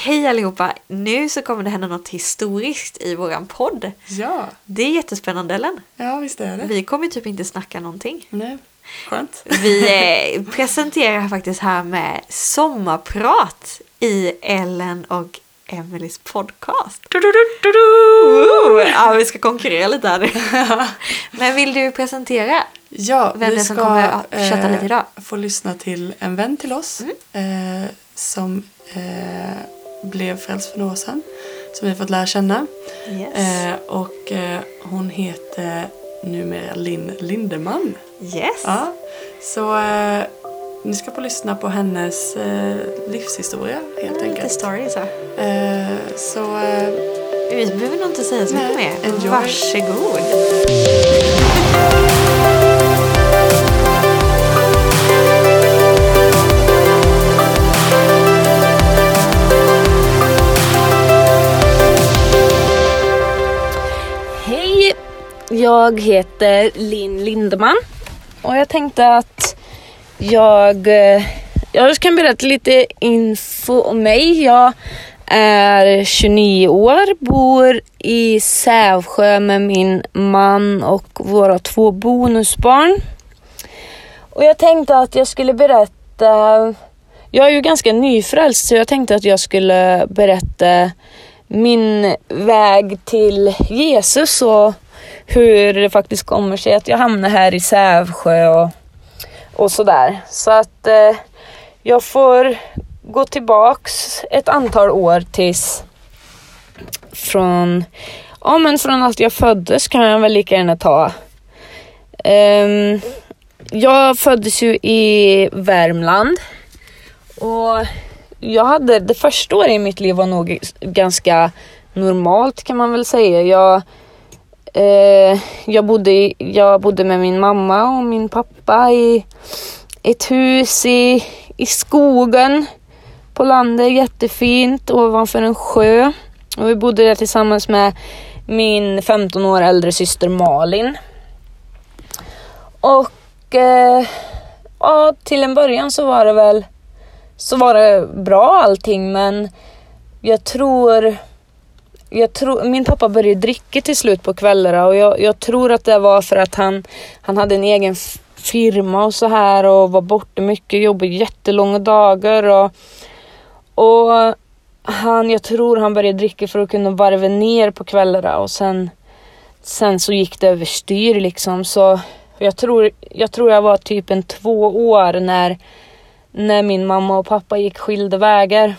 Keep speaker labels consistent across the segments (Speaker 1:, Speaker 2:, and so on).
Speaker 1: Hej allihopa! Nu så kommer det hända något historiskt i våran podd.
Speaker 2: Ja.
Speaker 1: Det är jättespännande, Ellen.
Speaker 2: Ja, visst är det.
Speaker 1: Vi kommer typ inte snacka någonting.
Speaker 2: Nej, skönt.
Speaker 1: Vi presenterar faktiskt här med sommarprat i Ellen och Emelies podcast. Ja, vi ska konkurrera lite här. Men vill du presentera vem det som kommer att köta lite idag?
Speaker 2: Få lyssna till en vän till oss som blev frälst för några år sedan, som vi har fått lära känna.
Speaker 1: Yes.
Speaker 2: Och hon heter numera Linn Lindeman.
Speaker 1: Yes.
Speaker 2: Ja, så ni ska få lyssna på hennes livshistoria helt enkelt.
Speaker 1: Lite story så. Vi behöver nog inte säga så mycket mer.
Speaker 2: Enjoy.
Speaker 1: Varsågod.
Speaker 3: Hej, jag heter Linn Lindeman och jag tänkte att jag kan berätta lite info om mig. Jag är 29 år, bor i Sävsjö med min man och våra 2 bonusbarn. Och jag tänkte att jag skulle berätta, jag är ju ganska nyfrälst, så jag tänkte att jag skulle berätta min väg till Jesus och hur det faktiskt kommer sig att jag hamnar här i Sävsjö och sådär. Så att jag får gå tillbaks ett antal år tills från att jag föddes kan jag väl lika gärna ta. Jag föddes ju i Värmland och jag hade det första året i mitt liv var nog ganska normalt kan man väl säga. Jag bodde med min mamma och min pappa i ett hus i skogen på landet, jättefint, ovanför en sjö. Och vi bodde där tillsammans med min 15 år äldre syster Malin. Och till en början så var det bra allting, men jag tror min pappa började dricka till slut på kvällarna och jag tror att det var för att han hade en egen firma och så här och var borta mycket, jobbade jättelånga dagar och jag tror han började dricka för att kunna varva ner på kvällarna och sen så gick det överstyr liksom. Så jag tror jag var typ 2 år när min mamma och pappa gick skilda vägar.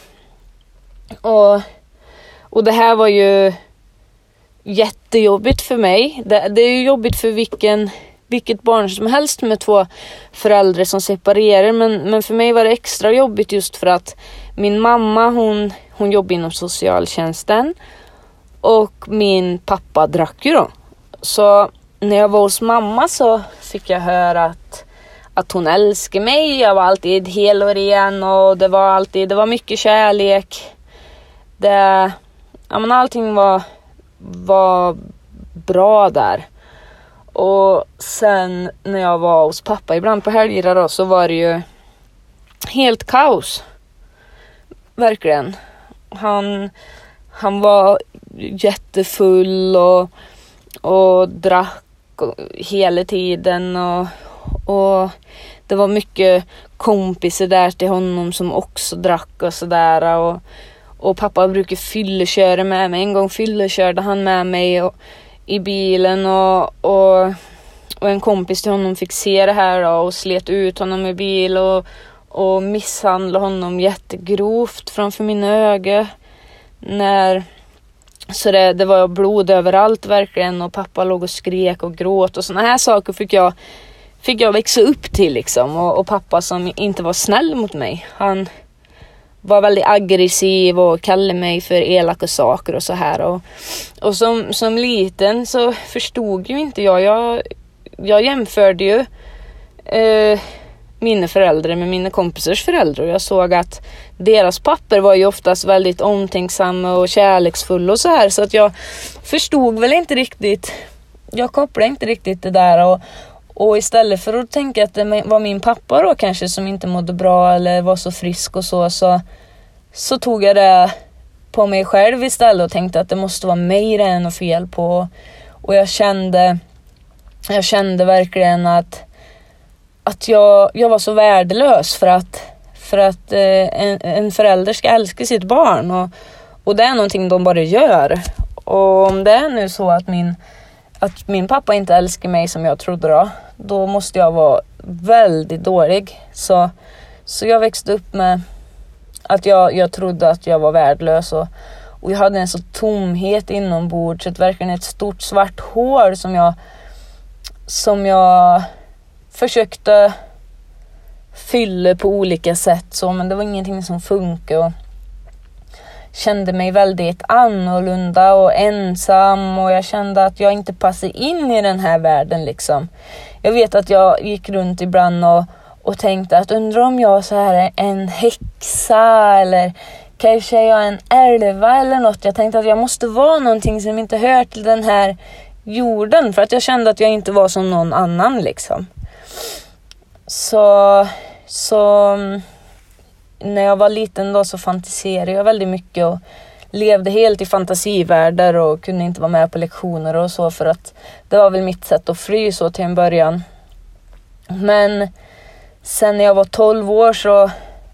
Speaker 3: Och det här var ju jättejobbigt för mig. Det är ju jobbigt för vilket barn som helst med 2 föräldrar som separerar. Men för mig var det extra jobbigt just för att min mamma hon jobbade inom socialtjänsten. Och min pappa drack ju då. Så när jag var hos mamma så fick jag höra att hon älskade mig. Jag var alltid hel och ren och det var mycket kärlek. Allting var bra där. Och sen när jag var hos pappa ibland på helger då, så var det ju helt kaos. Verkligen. Han var jättefull och drack hela tiden och det var mycket kompisar där till honom som också drack och sådär och pappa brukar fylleköra med mig. En gång fyllekörde han med mig i bilen och en kompis till honom fick se det här då, och slet ut honom i bil och misshandlade honom jättegrovt framför mina ögon. Så det var blod överallt verkligen och pappa låg och skrek och gråt och såna här saker fick jag växa upp till liksom. Och pappa som inte var snäll mot mig, han var väldigt aggressiv och kallade mig för elaka saker och så här. Och som liten så förstod ju inte jag jämförde ju mina föräldrar med mina kompisars föräldrar. Och jag såg att deras papper var ju oftast väldigt omtänksamma och kärleksfulla och så här. Så att jag förstod väl inte riktigt, jag kopplade inte riktigt det där. Och istället för att tänka att det var min pappa då kanske som inte mådde bra eller var så frisk och så tog jag det på mig själv istället och tänkte att det måste vara mig det är något fel på. Och jag kände verkligen att jag var så värdelös för att en förälder ska älska sitt barn och det är någonting de bara gör. Och om det är nu så att min pappa inte älskar mig som jag trodde då måste jag vara väldigt dålig. Så jag växte upp med att jag trodde att jag var värdelös och jag hade en så tomhet inombords, så verkligen ett stort svart hål som jag försökte fylla på olika sätt så, men det var ingenting som funkade och kände mig väldigt annorlunda och ensam och jag kände att jag inte passade in i den här världen liksom. Jag vet att jag gick runt ibland och tänkte att undrar om jag så här är en häxa eller kanske jag är en älva eller något. Jag tänkte att jag måste vara någonting som inte hör till den här jorden för att jag kände att jag inte var som någon annan liksom. Så när jag var liten då så fantiserade jag väldigt mycket och levde helt i fantasivärldar och kunde inte vara med på lektioner och så för att det var väl mitt sätt att fly så till en början. Men sen när jag var 12 år så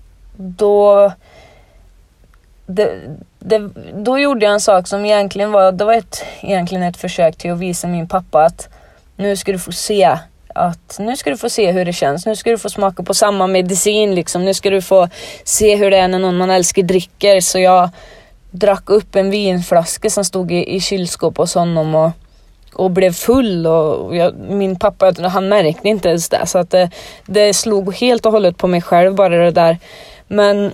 Speaker 3: då gjorde jag en sak som egentligen var ett försök till att visa min pappa att nu ska du få se hur det känns. Nu ska du få smaka på samma medicin liksom. Nu ska du få se hur det är när någon man älskar dricker. Så jag drack upp en vinflaska som stod i kylskåp hos honom och blev full och min pappa, han märkte inte ens det. Så att det slog helt och hållet på mig själv bara det där. Men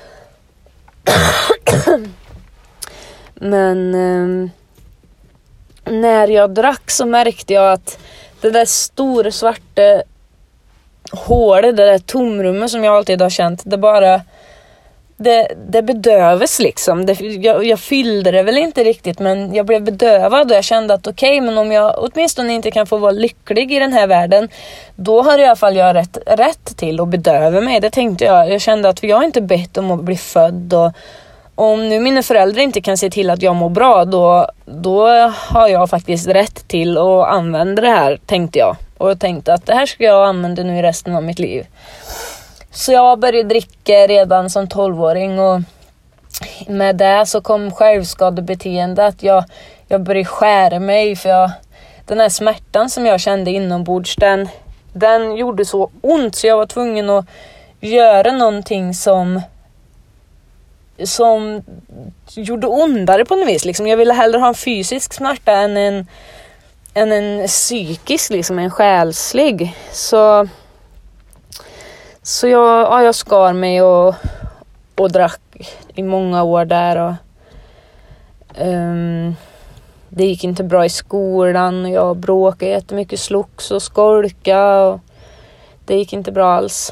Speaker 3: när jag drack så märkte jag att det där stora svarta hålet, det där tomrummet som jag alltid har känt, det bedövas liksom. Jag fyllde det väl inte riktigt, men jag blev bedövad och jag kände att okej, men om jag åtminstone inte kan få vara lycklig i den här världen, då har i alla fall jag rätt till att bedöva mig. Det tänkte jag. Jag kände att jag inte bett om att bli född och om nu mina föräldrar inte kan se till att jag mår bra, då har jag faktiskt rätt till att använda det här, tänkte jag. Och jag tänkte att det här ska jag använda nu i resten av mitt liv. Så jag började dricka redan som 12-åring och med det så kom självskadebeteende, att jag började skära mig för den här smärtan som jag kände inombords, den gjorde så ont så jag var tvungen att göra någonting som gjorde ondare på något vis liksom. Jag ville hellre ha en fysisk smärta än en psykisk liksom, en själslig. Så jag skar mig och drack i många år där och det gick inte bra i skolan och jag bråkade jättemycket, slogs och skolkade och det gick inte bra alls.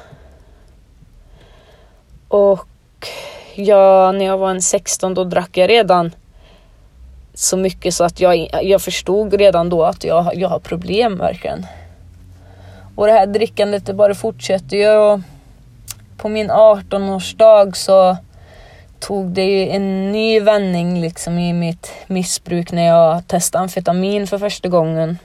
Speaker 3: Och när jag var 16 då drack jag redan så mycket så att jag förstod redan då att jag har problem verkligen. Och det här drickandet det bara fortsätter ju och på min 18-årsdag så tog det ju en ny vändning liksom i mitt missbruk när jag testade amfetamin för första gången.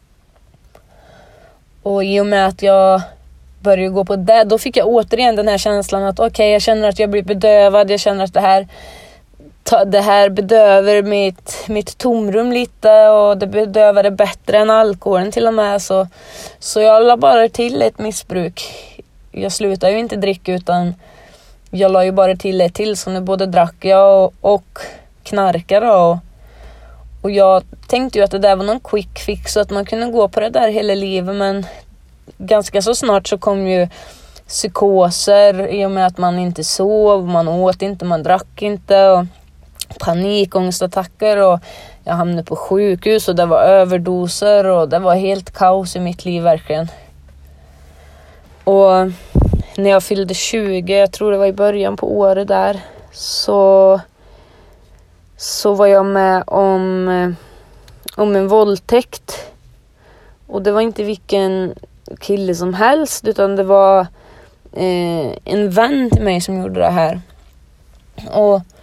Speaker 3: Och i och med att jag började gå på det, då fick jag återigen den här känslan att okej, jag känner att jag blir bedövad, jag känner att det här bedöver mitt tomrum lite och det bedövar det bättre än alkoholen till och med, så jag la bara till ett missbruk. Jag slutade ju inte dricka utan jag la ju bara till ett till, så nu både drack jag och knarkade och jag tänkte ju att det där var någon quick fix så att man kunde gå på det där hela livet, men ganska så snart så kom ju psykoser i och med att man inte sov, man åt inte, man drack inte och panikångestattacker och jag hamnade på sjukhus och det var överdoser och det var helt kaos i mitt liv verkligen. Och när jag fyllde 20, jag tror det var i början på året där, så var jag med om en våldtäkt. Och det var inte vilken kille som helst, utan det var en vän till mig som gjorde det här. Och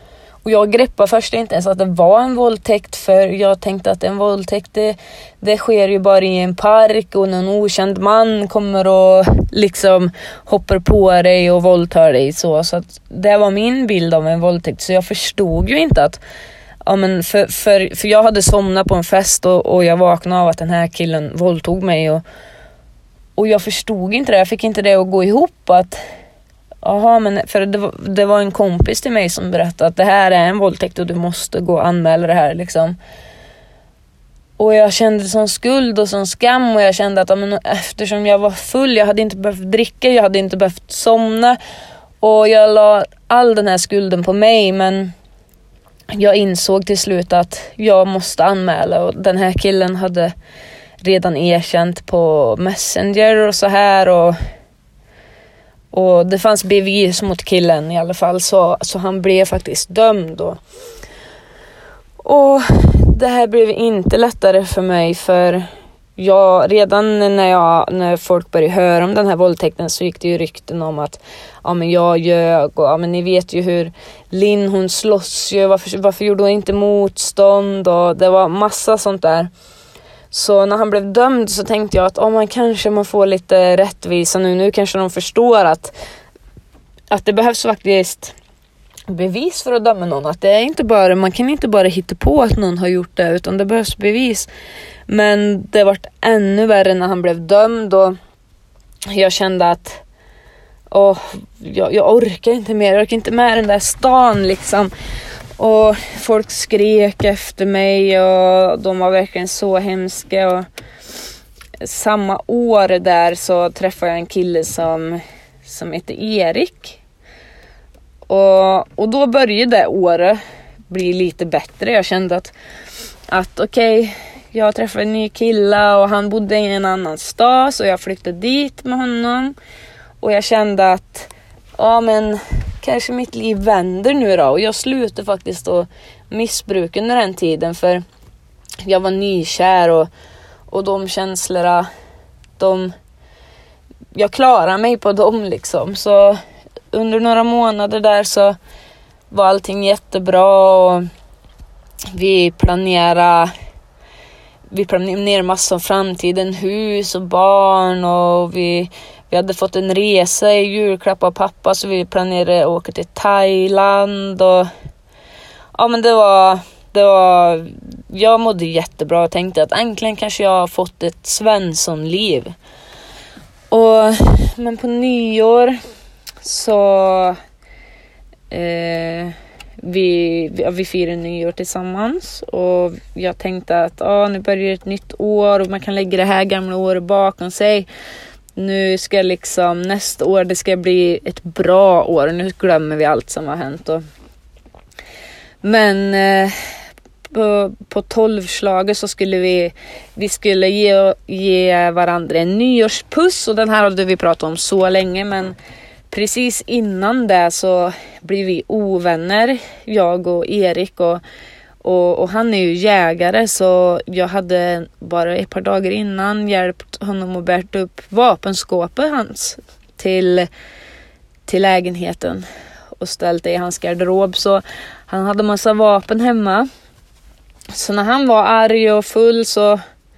Speaker 3: Och jag greppade först inte ens att det var en våldtäkt, för jag tänkte att en våldtäkt det sker ju bara i en park och någon okänd man kommer och liksom hoppar på dig och våldtar dig så att det var min bild av en våldtäkt. Så jag förstod ju inte att för jag hade somnat på en fest och jag vaknade av att den här killen våldtog mig och jag förstod inte det. Jag fick inte det att gå ihop att men för det var en kompis till mig som berättade att det här är en våldtäkt och du måste gå och anmäla det här liksom. Och jag kände sån skuld och sån skam, och jag kände att eftersom jag var full, jag hade inte behövt dricka, jag hade inte behövt somna, och jag la all den här skulden på mig. Men jag insåg till slut att jag måste anmäla, och den här killen hade redan erkänt på Messenger och så här, och det fanns bevis mot killen i alla fall, så han blev faktiskt dömd och det här blev inte lättare för mig, för redan när folk började höra om den här våldtäkten så gick det ju rykten om att jag ljög, och ni vet ju hur Linn, hon slåss ju, varför gjorde hon inte motstånd, och det var massa sånt där. Så när han blev dömd så tänkte jag att kanske man får lite rättvisa nu kanske de förstår att det behövs faktiskt bevis för att döma någon, att det är inte bara, man kan inte bara hitta på att någon har gjort det, utan det behövs bevis. Men det var ännu värre när han blev dömd, och jag kände att jag orkar inte mer, jag orkar inte med den där stan liksom. Och folk skrek efter mig och de var verkligen så hemska. Och samma år där så träffade jag en kille som heter Erik. Och då började året bli lite bättre. Jag kände att okej, jag träffade en ny kille och han bodde i en annan stad, så jag flyttade dit med honom. Och jag kände att kanske mitt liv vänder nu då. Och jag slutade faktiskt att missbruka under den tiden, för jag var nykär och de känslorna, jag klarar mig på dem liksom. Så under några månader där så var allting jättebra, och vi planerade massor om framtiden, hus och barn, och vi hade fått en resa i julklapp av pappa, så vi planerade att åka till Thailand, och men det var jag mådde jättebra och tänkte att äntligen kanske jag har fått ett Svenssonliv. Men på nyår så vi firar nyår tillsammans, och jag tänkte att nu börjar ett nytt år och man kan lägga det här gamla året bakom sig. Nu ska liksom nästa år, det ska bli ett bra år. Nu glömmer vi allt som har hänt. Men på 12-slaget så skulle vi skulle ge varandra en nyårspuss. Och den här hade vi pratat om så länge. Men precis innan det så blev vi ovänner, jag och Erik. Och han är ju jägare, så jag hade bara ett par dagar innan hjälpt honom att bära upp vapenskåpet hans till lägenheten och ställt det i hans garderob. Så han hade massa vapen hemma. Så när han var arg och full så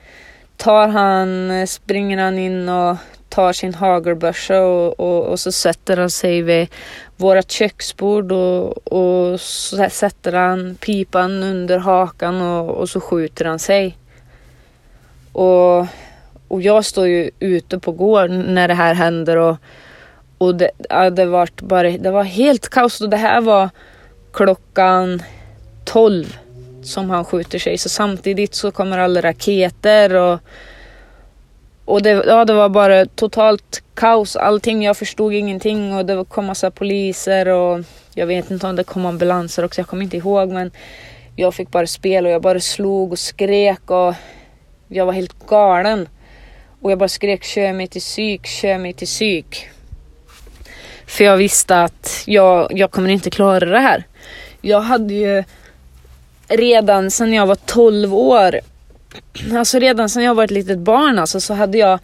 Speaker 3: springer han in och tar sin hagelbörsa och så sätter han sig vid vårat köksbord och så sätter han pipan under hakan och så skjuter han sig. Och jag står ju ute på gården när det här händer, och det var helt kaos. Och det här var klockan 12 som han skjuter sig, så samtidigt så kommer alla raketer och det var bara totalt kaos, allting. Jag förstod ingenting, och det kom massa poliser, och jag vet inte om det kom ambulanser också, jag kommer inte ihåg, men jag fick bara spela och jag bara slog och skrek och jag var helt galen. Och jag bara skrek, kör mig till psyk. För jag visste att jag kommer inte klara det här. Jag hade ju redan sedan jag var 12 år, alltså redan sedan jag var ett litet barn, alltså, så hade jag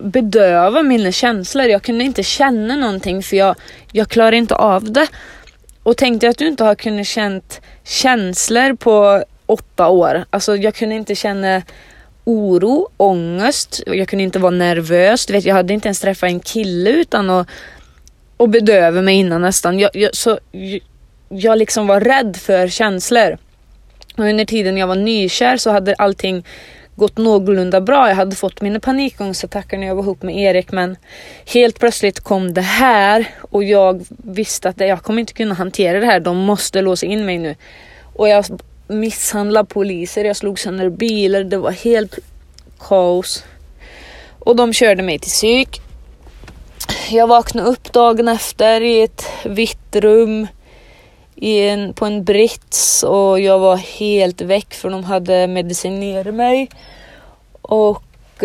Speaker 3: bedövat mina känslor. Jag kunde inte känna någonting, för jag klarade inte av det. Och tänkte att du inte har kunnat känt känslor på 8 år. Alltså jag kunde inte känna oro, ångest. Jag kunde inte vara nervös. Du vet, jag hade inte ens träffat en kille utan att bedöva mig innan nästan. Jag liksom var rädd för känslor. Och under tiden jag var nykär så hade allting gått någorlunda bra. Jag hade fått mina panikångestattacker när jag var ihop med Erik, men helt plötsligt kom det här och jag visste att jag kommer inte kunna hantera det här. De måste låsa in mig nu. Och jag misshandlade poliser, jag slog sönder bilar, det var helt kaos. Och de körde mig till psyk. Jag vaknade upp dagen efter i ett vitt rum på en brits och jag var helt väck för de hade medicinerat mig. Och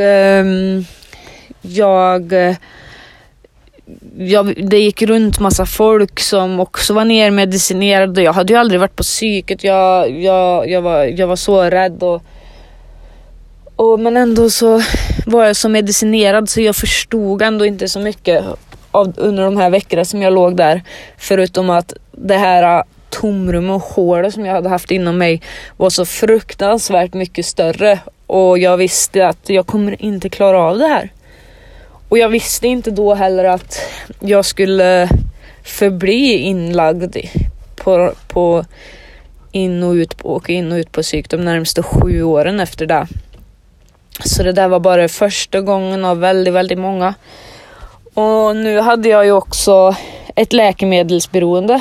Speaker 3: det gick runt massa folk som också var nermedicinerade. Jag hade ju aldrig varit på psyket. Jag var så rädd men ändå så var jag så medicinerad så jag förstod ändå inte så mycket under de här veckorna som jag låg där, förutom att det här tomrum och hål som jag hade haft inom mig var så fruktansvärt mycket större och jag visste att jag kommer inte klara av det här. Och jag visste inte då heller att jag skulle förbli inlagd på in och ut på psyk de närmaste 7 åren efter det. Så det där var bara första gången av väldigt, väldigt många. Och nu hade jag ju också ett läkemedelsberoende.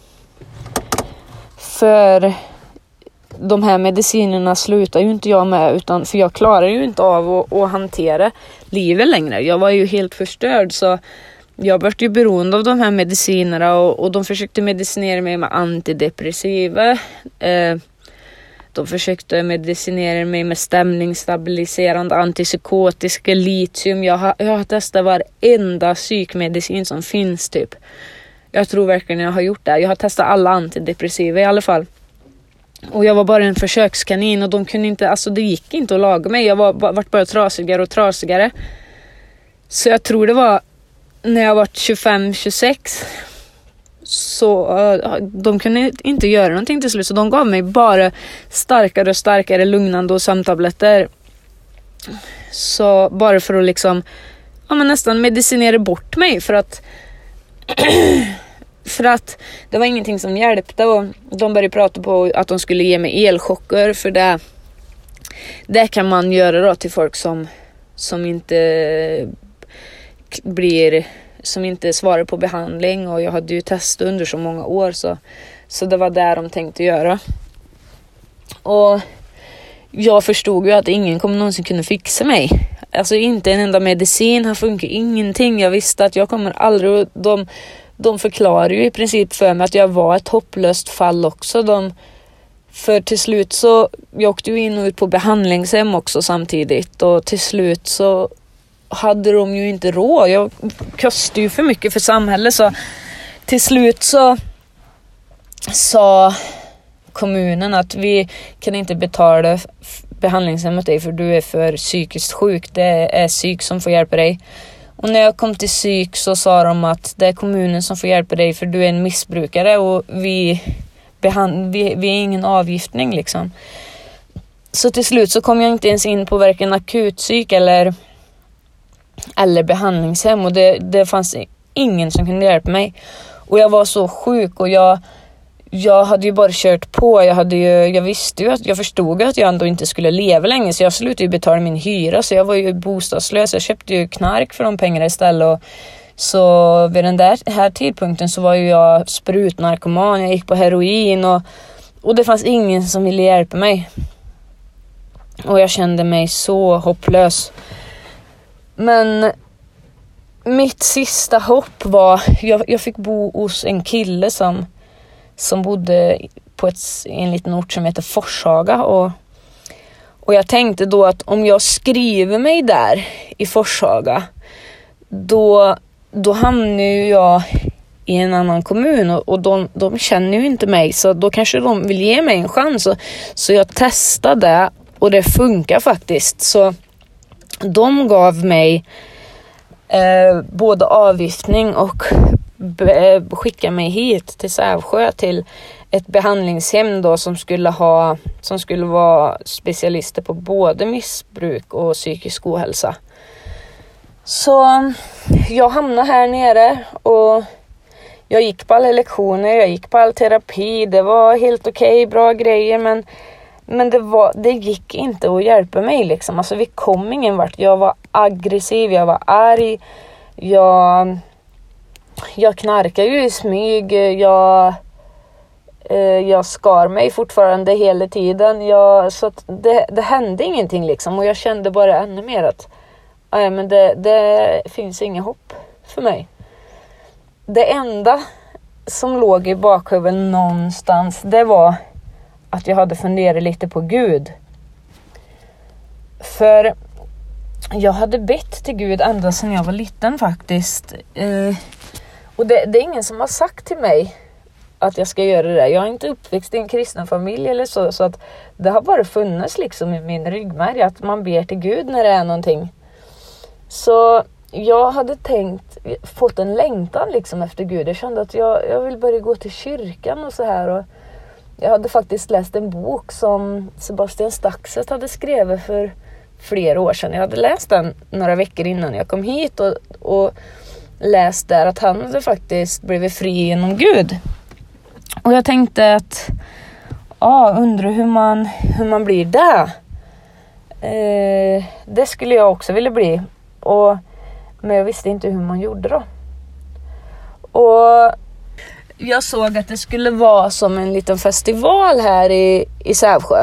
Speaker 3: För de här medicinerna slutar ju inte jag med, för jag klarar ju inte av att hantera livet längre. Jag var ju helt förstörd så jag var ju beroende av de här medicinerna och de försökte medicinera mig med antidepressiva. De försökte medicinera mig med stämningsstabiliserande, antipsykotiska, litium. Jag har testat varenda psykmedicin som finns typ. Jag tror verkligen jag har gjort det. Jag har testat alla antidepressiva i alla fall. Och jag var bara en försökskanin och de kunde inte, alltså det gick inte att laga mig. Jag vart bara trasigare och trasigare. Så jag tror det var när jag var 25-26 så de kunde inte göra någonting till slut. Så de gav mig bara starkare och starkare lugnande och sömntabletter. Så bara för att liksom nästan medicinera bort mig för att det var ingenting som hjälpte och de började prata på att de skulle ge mig elchocker för det kan man göra då till folk som inte svarar på behandling och jag hade ju testat under så många år så det var där de tänkte göra. Och jag förstod ju att ingen kommer någonsin kunna fixa mig. Alltså inte en enda medicin har funkat, ingenting. Jag visste att jag kommer aldrig. De förklarar ju i princip för mig att jag var ett hopplöst fall också. För till slut så jag åkte ju in och ut på behandlingshem också samtidigt och till slut så hade de ju inte råd. Jag kostade ju för mycket för samhället så till slut så sa kommunen att vi kan inte betala behandlingshem åt dig för du är för psykiskt sjuk. Det är psyk som får hjälpa dig. Och när jag kom till psyk så sa de att det är kommunen som får hjälpa dig för du är en missbrukare och vi är ingen avgiftning liksom. Så till slut så kom jag inte ens in på varken akutpsyk eller behandlingshem och det fanns ingen som kunde hjälpa mig. Och jag var så sjuk och jag hade ju bara kört på. Jag visste ju jag förstod att jag ändå inte skulle leva länge så jag slutade ju betala min hyra så jag var ju bostadslös. Jag köpte ju knark för de pengarna istället och så vid den här tidpunkten så var ju jag sprutnarkoman. Jag gick på heroin och det fanns ingen som ville hjälpa mig. Och jag kände mig så hopplös. Men mitt sista hopp var jag fick bo hos en kille som bodde på en liten ort som heter Forshaga och jag tänkte då att om jag skriver mig där i Forshaga då hamnar ju jag i en annan kommun och de känner ju inte mig så då kanske de vill ge mig en chans så jag testade och det funkar faktiskt så de gav mig både avgiftning och skicka mig hit till Sävsjö till ett behandlingshem då som skulle vara specialister på både missbruk och psykisk ohälsa. Så jag hamnade här nere och jag gick på alla lektioner, jag gick på all terapi. Det var helt okej, bra grejer, men det gick inte att hjälpa mig liksom. Alltså vi kom ingen vart. Jag var aggressiv, jag var arg. Jag knarkade ju i smyg. Jag skar mig fortfarande hela tiden. Så att det hände ingenting liksom. Och jag kände bara ännu mer att men det finns inget hopp för mig. Det enda som låg i bakhuvudet någonstans, det var att jag hade funderat lite på Gud. För jag hade bett till Gud ända sedan jag var liten faktiskt. Och det är ingen som har sagt till mig att jag ska göra det. Jag är inte uppväxt i en kristen familj eller så att det har bara funnits liksom i min ryggmärg att man ber till Gud när det är någonting. Så jag hade fått en längtan liksom efter Gud. Jag kände att jag vill börja gå till kyrkan och så här. Och jag hade faktiskt läst en bok som Sebastian Staxet hade skrivit för flera år sedan. Jag hade läst den några veckor innan jag kom hit och läst där att han hade faktiskt blivit fri genom Gud. Och jag tänkte att undrar hur man blir där. Det skulle jag också vilja bli. Men jag visste inte hur man gjorde då. Och jag såg att det skulle vara som en liten festival här i Sävsjö.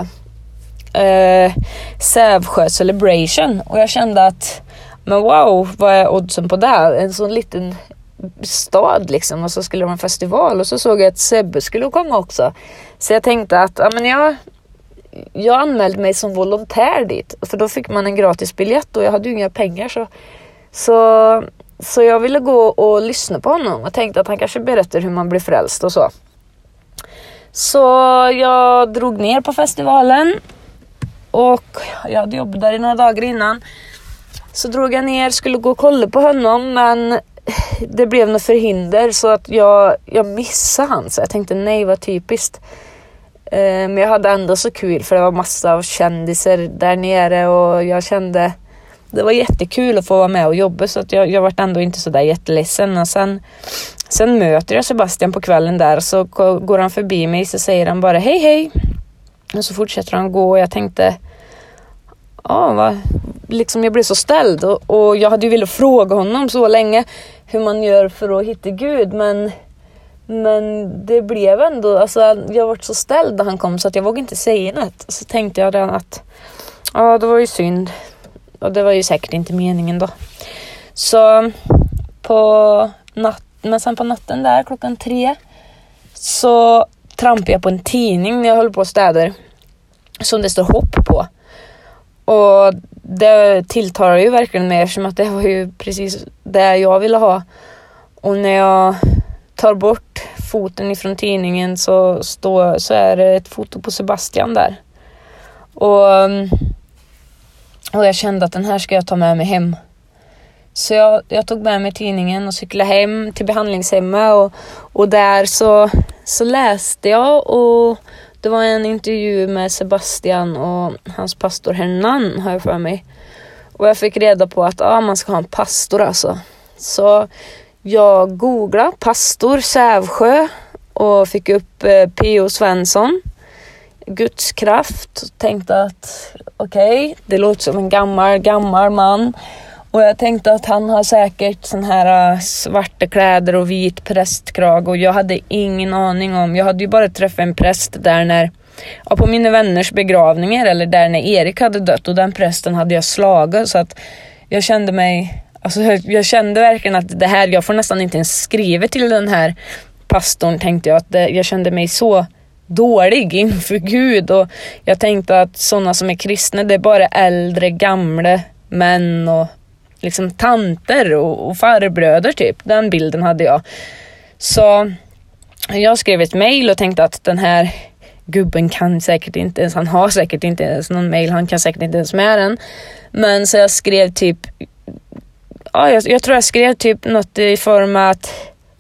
Speaker 3: Sävsjö Celebration. Och jag kände att men wow, vad är oddsen på det? En sån liten stad liksom. Och så skulle det vara en festival. Och så såg jag att Sebbe skulle komma också. Så jag tänkte att jag anmälde mig som volontär dit. För då fick man en gratis biljett. Och jag hade ju inga pengar så jag ville gå och lyssna på honom. Jag tänkte att han kanske berättar hur man blir frälst och så. Så jag drog ner på festivalen. Och jag hade jobbat där i några dagar innan. Så drog jag ner, skulle gå och kolla på honom. Men det blev något förhinder så att jag missade han. Så jag tänkte nej, vad typiskt. Men jag hade ändå så kul för det var massa av kändisar där nere. Och jag kände det var jättekul att få vara med och jobba. Så att jag var ändå inte så där jätteledsen. Och sen möter jag Sebastian på kvällen där. Så går han förbi mig så säger han bara hej. Och så fortsätter han gå och jag tänkte liksom jag blev så ställd. Och jag hade ju velat fråga honom så länge hur man gör för att hitta Gud. Men det blev ändå, alltså jag var så ställd när han kom så att jag vågade inte säga något. Så tänkte jag att det var ju synd. Och det var ju säkert inte meningen då. Så men sen på natten där 3:00 så trampade jag på en tidning när jag höll på att städa som det står hopp på. Och det tilltalar ju verkligen mig eftersom att det var ju precis det jag ville ha. Och när jag tar bort foten ifrån tidningen så är det ett foto på Sebastian där. Och jag kände att den här ska jag ta med mig hem. Så jag tog med mig tidningen och cyklade hem till behandlingshemmet. Och där så läste jag och det var en intervju med Sebastian och hans pastor Hernan har jag för mig. Och jag fick reda på att man ska ha en pastor alltså. Så jag googlade pastor Sävsjö och fick upp P.O. Svensson. Guds kraft. Tänkte att okej, det låter som en gammal man. Och jag tänkte att han har säkert sån här svarta kläder och vit prästkrag. Och jag hade ingen aning om. Jag hade ju bara träffat en präst där på mina vänners begravningar. Eller där när Erik hade dött. Och den prästen hade jag slagit. Så att jag kände mig... Alltså jag kände verkligen att det här... Jag får nästan inte ens skriva till den här pastorn, tänkte jag. Jag kände mig så dålig inför Gud. Och jag tänkte att sådana som är kristna, det är bara äldre, gamla män och liksom tanter och farbröder typ. Den bilden hade jag. Så jag skrev ett mejl och tänkte att den här gubben kan säkert inte ens, han har säkert inte ens någon mejl, han kan säkert inte ens med den. Men så jag skrev typ jag tror jag skrev typ något i form av att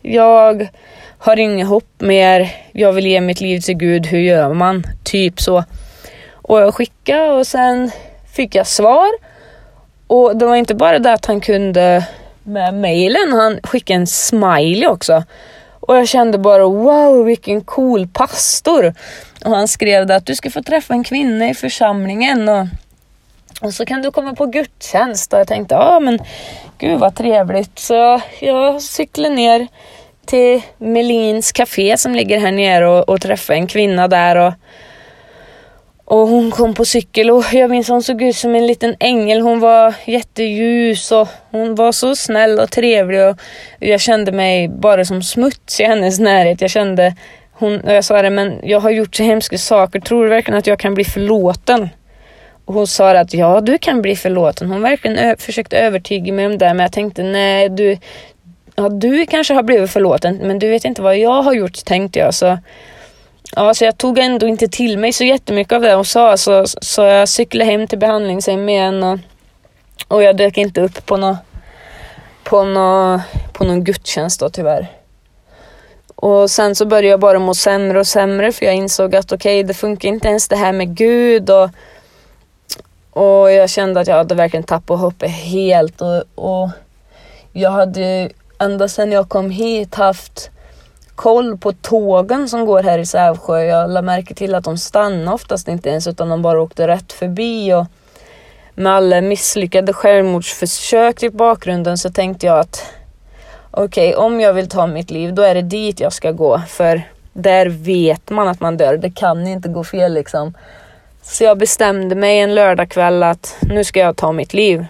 Speaker 3: jag har inget hopp mer. Jag vill ge mitt liv till Gud. Hur gör man? Typ så. Och jag skickade och sen fick jag svar. Och det var inte bara det att han kunde med mejlen. Han skickade en smiley också. Och jag kände bara, wow, vilken cool pastor. Och han skrev att du ska få träffa en kvinna i församlingen. Och så kan du komma på gudstjänst. Och jag tänkte, men gud vad trevligt. Så jag cyklade ner till Melins café som ligger här nere och träffade en kvinna där. Och hon kom på cykel och jag minns hon såg ut som en liten ängel. Hon var jätteljus och hon var så snäll och trevlig. Och jag kände mig bara som smuts i hennes närhet. Jag sa det, men jag har gjort så hemska saker. Tror du verkligen att jag kan bli förlåten? Och hon sa att ja, du kan bli förlåten. Hon verkligen försökte övertyga mig om det. Men jag tänkte, nej, du kanske har blivit förlåten. Men du vet inte vad jag har gjort, tänkte jag. Så jag tog ändå inte till mig så jättemycket av det och sa. Så jag cyklade hem till behandlingshem igen. Och jag dök inte upp på någon gudstjänst då, tyvärr. Och sen så började jag bara må sämre och sämre. För jag insåg att det funkar inte ens det här med Gud. Och jag kände att jag hade verkligen tappat hoppet helt. Och jag hade ända sedan jag kom hit haft koll på tågen som går här i Sävsjö. Jag lade märke till att de stannar oftast inte ens, utan de bara åkte rätt förbi. Och med alla misslyckade självmordsförsök i bakgrunden så tänkte jag att om jag vill ta mitt liv, då är det dit jag ska gå. För där vet man att man dör. Det kan inte gå fel liksom. Så jag bestämde mig en lördagkväll att nu ska jag ta mitt liv.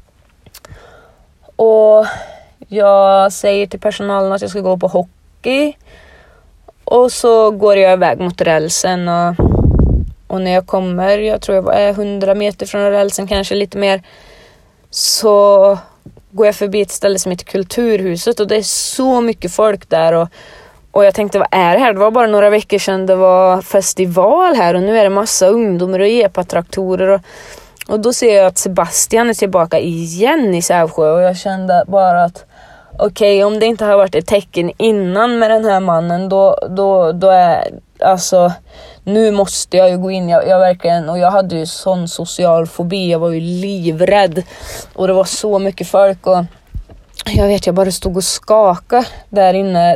Speaker 3: Och jag säger till personalen att jag ska gå på hockey. Och så går jag iväg mot rälsen. Och när jag kommer, jag tror jag är 100 meter från rälsen, kanske lite mer. Så går jag förbi ett ställe som heter Kulturhuset. Och det är så mycket folk där. Och jag tänkte, vad är det här? Det var bara några veckor sedan det var festival här. Och nu är det massa ungdomar och epatraktorer. Och då ser jag att Sebastian är tillbaka igen i Sävsjö. Och jag kände bara att om det inte har varit ett tecken innan med den här mannen. Då är nu måste jag ju gå in. Jag verkligen, och jag hade ju sån social fobi. Jag var ju livrädd. Och det var så mycket folk. Och jag bara stod och skakade där inne.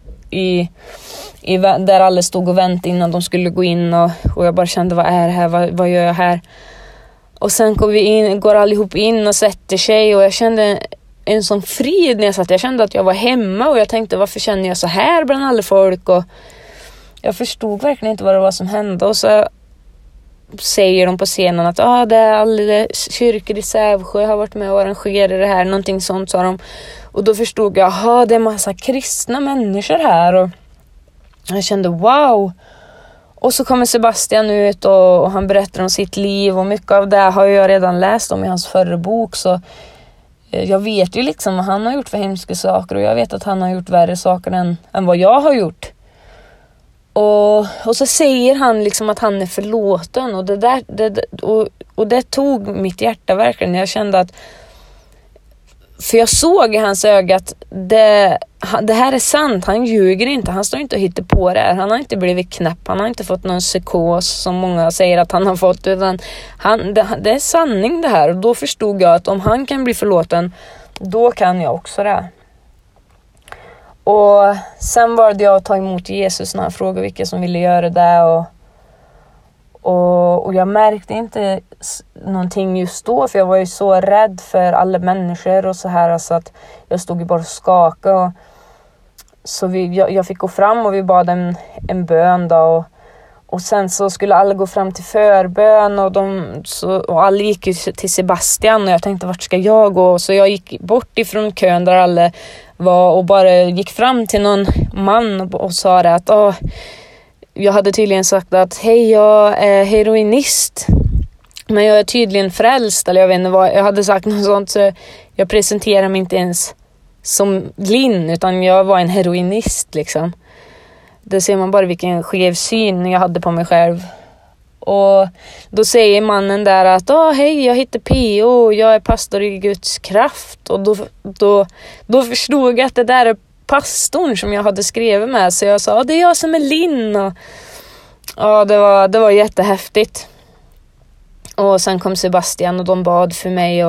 Speaker 3: Där alla stod och väntade innan de skulle gå in och jag bara kände, vad är det här, vad gör jag här? Och sen går allihop in och sätter sig och jag kände en sån frid när jag satt. Jag kände att jag var hemma och jag tänkte, varför känner jag så här bland alla folk? Och jag förstod verkligen inte vad det var som hände. Och så säger de på scenen att det är alla kyrkor i Sävsjö har varit med och arrangerat det här, någonting sånt sa de. Och då förstod jag, det är massa kristna människor här. Och jag kände, wow. Och så kommer Sebastian ut och han berättar om sitt liv. Och mycket av det har jag redan läst om i hans förra bok. Så jag vet ju liksom vad han har gjort för hemska saker. Och jag vet att han har gjort värre saker än vad jag har gjort. Och så säger han liksom att han är förlåten. Och det tog mitt hjärta verkligen. Jag kände att, för jag såg i hans öga att det här är sant. Han ljuger inte. Han står inte och hittar på det här. Han har inte blivit knäpp. Han har inte fått någon psykos som många säger att han har fått. Utan det är sanning det här. Och då förstod jag att om han kan bli förlåten, då kan jag också det. Och sen var det jag att ta emot Jesus när han frågade vilka som ville göra det. Och jag märkte inte någonting just då, för jag var ju så rädd för alla människor och så här, så att jag stod ju bara och skakade. Så jag fick gå fram och vi bad en bön då. Och sen så skulle alla gå fram till förbön och alla gick ju till Sebastian och jag tänkte, vart ska jag gå? Så jag gick bort ifrån kön där alla var och bara gick fram till någon man och sa det att jag hade tydligen sagt att hej, jag är heroinist. Men jag är tydligen frälst, eller jag vet inte vad. Jag hade sagt något sånt, så jag presenterade mig inte ens som Linn, utan jag var en heroinist liksom. Det ser man bara vilken skev syn jag hade på mig själv. Och då säger mannen där att hej, jag heter P.O. Jag är pastor i Guds kraft. Och då förstod jag att det där är pastorn som jag hade skrivit med. Så jag sa, det är jag som är Linn. Och ja, det var jättehäftigt. Och sen kom Sebastian och de bad för mig.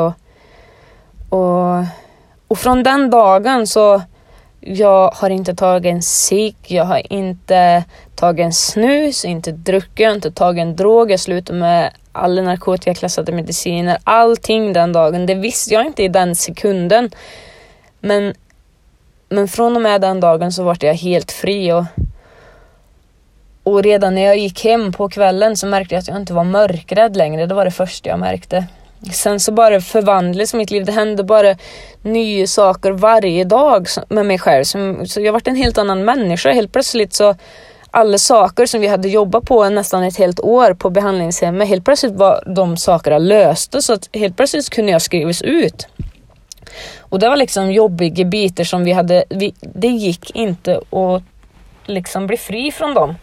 Speaker 3: Och från den dagen så jag har inte tagit en cigg, jag har inte tagit en snus, inte druckit, jag har inte tagit en drog. Jag slutade med alla narkotikaklassade mediciner, allting den dagen. Det visste jag inte i den sekunden. Men från och med den dagen så var jag helt fri. Och redan när jag gick hem på kvällen så märkte jag att jag inte var mörkrädd längre. Det var det första jag märkte. Sen så bara förvandlades mitt liv. Det hände bara nya saker varje dag med mig själv. Så jag var en helt annan människa. Helt plötsligt så alla saker som vi hade jobbat på nästan ett helt år på behandlingshemmet, helt plötsligt var de sakerna lösta. Så att helt plötsligt kunde jag skrivas ut. Och det var liksom jobbiga bitar som det gick inte att liksom bli fri från dem.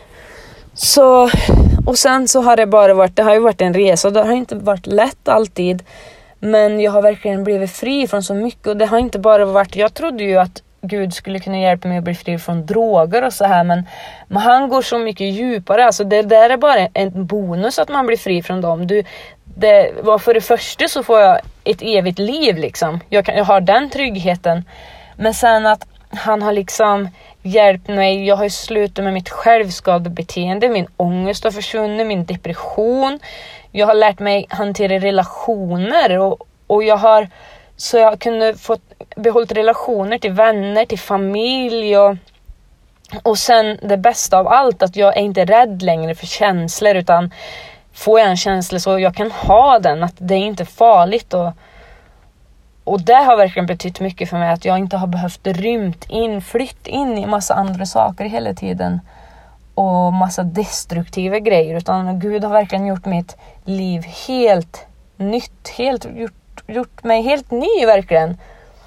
Speaker 3: Så, och sen så har det har ju varit en resa. Det har inte varit lätt alltid. Men jag har verkligen blivit fri från så mycket. Och det har inte bara varit, jag trodde ju att Gud skulle kunna hjälpa mig att bli fri från droger och så här. Men han går så mycket djupare. Alltså det där är bara en bonus att man blir fri från dem. För det första så får jag ett evigt liv liksom. Jag har den tryggheten. Men sen att han har liksom hjälpt mig. Jag har ju slutat med mitt självskadebeteende. Min ångest har försvunnit. Min depression. Jag har lärt mig hantera relationer. Och jag kunde få behållit relationer till vänner, till familj. Och sen det bästa av allt, att jag är inte rädd längre för känslor. Utan får jag en känsla så jag kan ha den. Att det är inte farligt. Och det har verkligen betytt mycket för mig. Att jag inte har behövt flytt in i massa andra saker hela tiden. Och massa destruktiva grejer. Utan Gud har verkligen gjort mitt liv helt nytt. Gjort mig helt ny verkligen.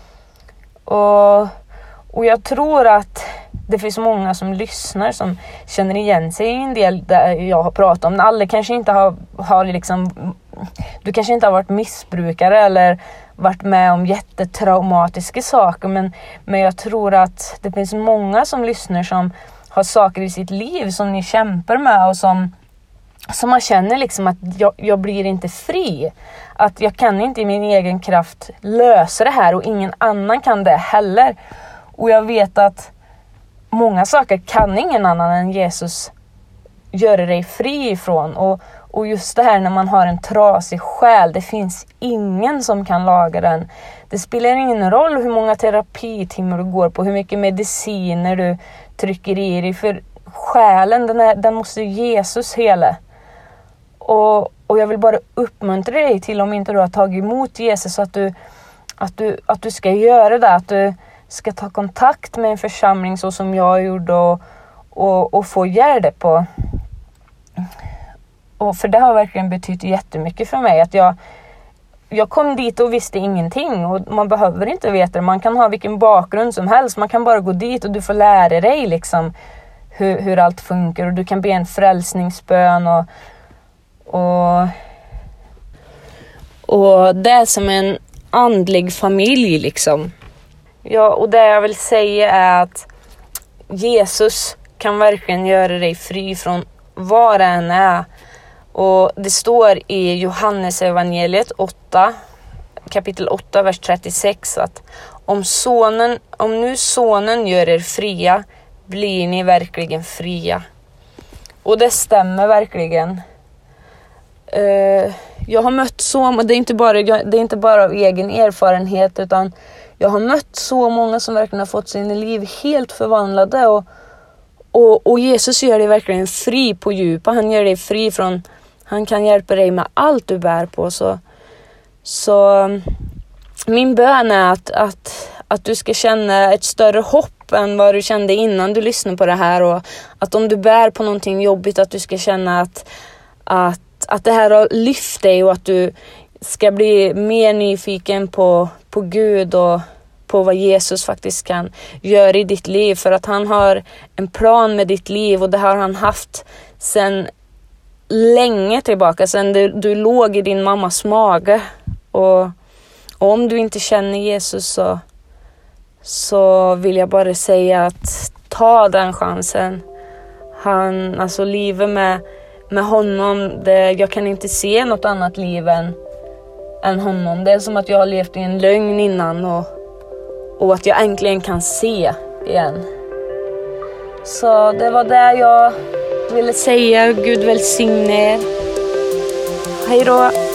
Speaker 3: Och jag tror att det finns många som lyssnar som känner igen sig i en del där jag har pratat om. Alla kanske inte har liksom, du kanske inte har varit missbrukare eller varit med om jättetraumatiska saker, men jag tror att det finns många som lyssnar som har saker i sitt liv som ni kämpar med och som man känner liksom att jag blir inte fri. Att jag kan inte i min egen kraft lösa det här och ingen annan kan det heller. Och jag vet att många saker kan ingen annan än Jesus göra dig fri ifrån. Och just det här när man har en trasig själ, det finns ingen som kan laga den. Det spelar ingen roll hur många terapitimmar du går på, hur mycket mediciner du trycker i dig. För själen, den måste Jesus hela. Och jag vill bara uppmuntra dig till, om inte du har tagit emot Jesus, att du ska göra det. Att du ska ta kontakt med en församling så som jag gjorde och få hjälp på. Och för det har verkligen betytt jättemycket för mig. Att jag kom dit och visste ingenting. Och man behöver inte veta det. Man kan ha vilken bakgrund som helst. Man kan bara gå dit och du får lära dig liksom hur allt funkar. Och du kan be en frälsningsbön och det är som en andlig familj liksom. Ja, och det jag vill säga är att Jesus kan verkligen göra dig fri från vad det än är. Och det står i Johannes evangeliet 8, kapitel 8, vers 36 att om nu sonen gör er fria, blir ni verkligen fria. Och det stämmer verkligen. Jag har mött det är inte bara av egen erfarenhet, utan jag har mött så många som verkligen har fått sina liv helt förvandlade. Och Jesus gör dig verkligen fri på djupa. Han gör dig fri från, han kan hjälpa dig med allt du bär på. Så min bön är att du ska känna ett större hopp än vad du kände innan du lyssnade på det här. Och att om du bär på någonting jobbigt, att du ska känna att det här har lyft dig och att du ska bli mer nyfiken på Gud och på vad Jesus faktiskt kan göra i ditt liv. För att han har en plan med ditt liv och det har han haft sedan länge tillbaka. Sedan du låg i din mammas mage. Och om du inte känner Jesus så vill jag bara säga att ta den chansen. Alltså livet med honom, jag kan inte se något annat liv än honom. Det är som att jag har levt i en lögn innan och att jag äntligen kan se igen. Så det var det jag ville säga. Gud välsigne er. Hej då!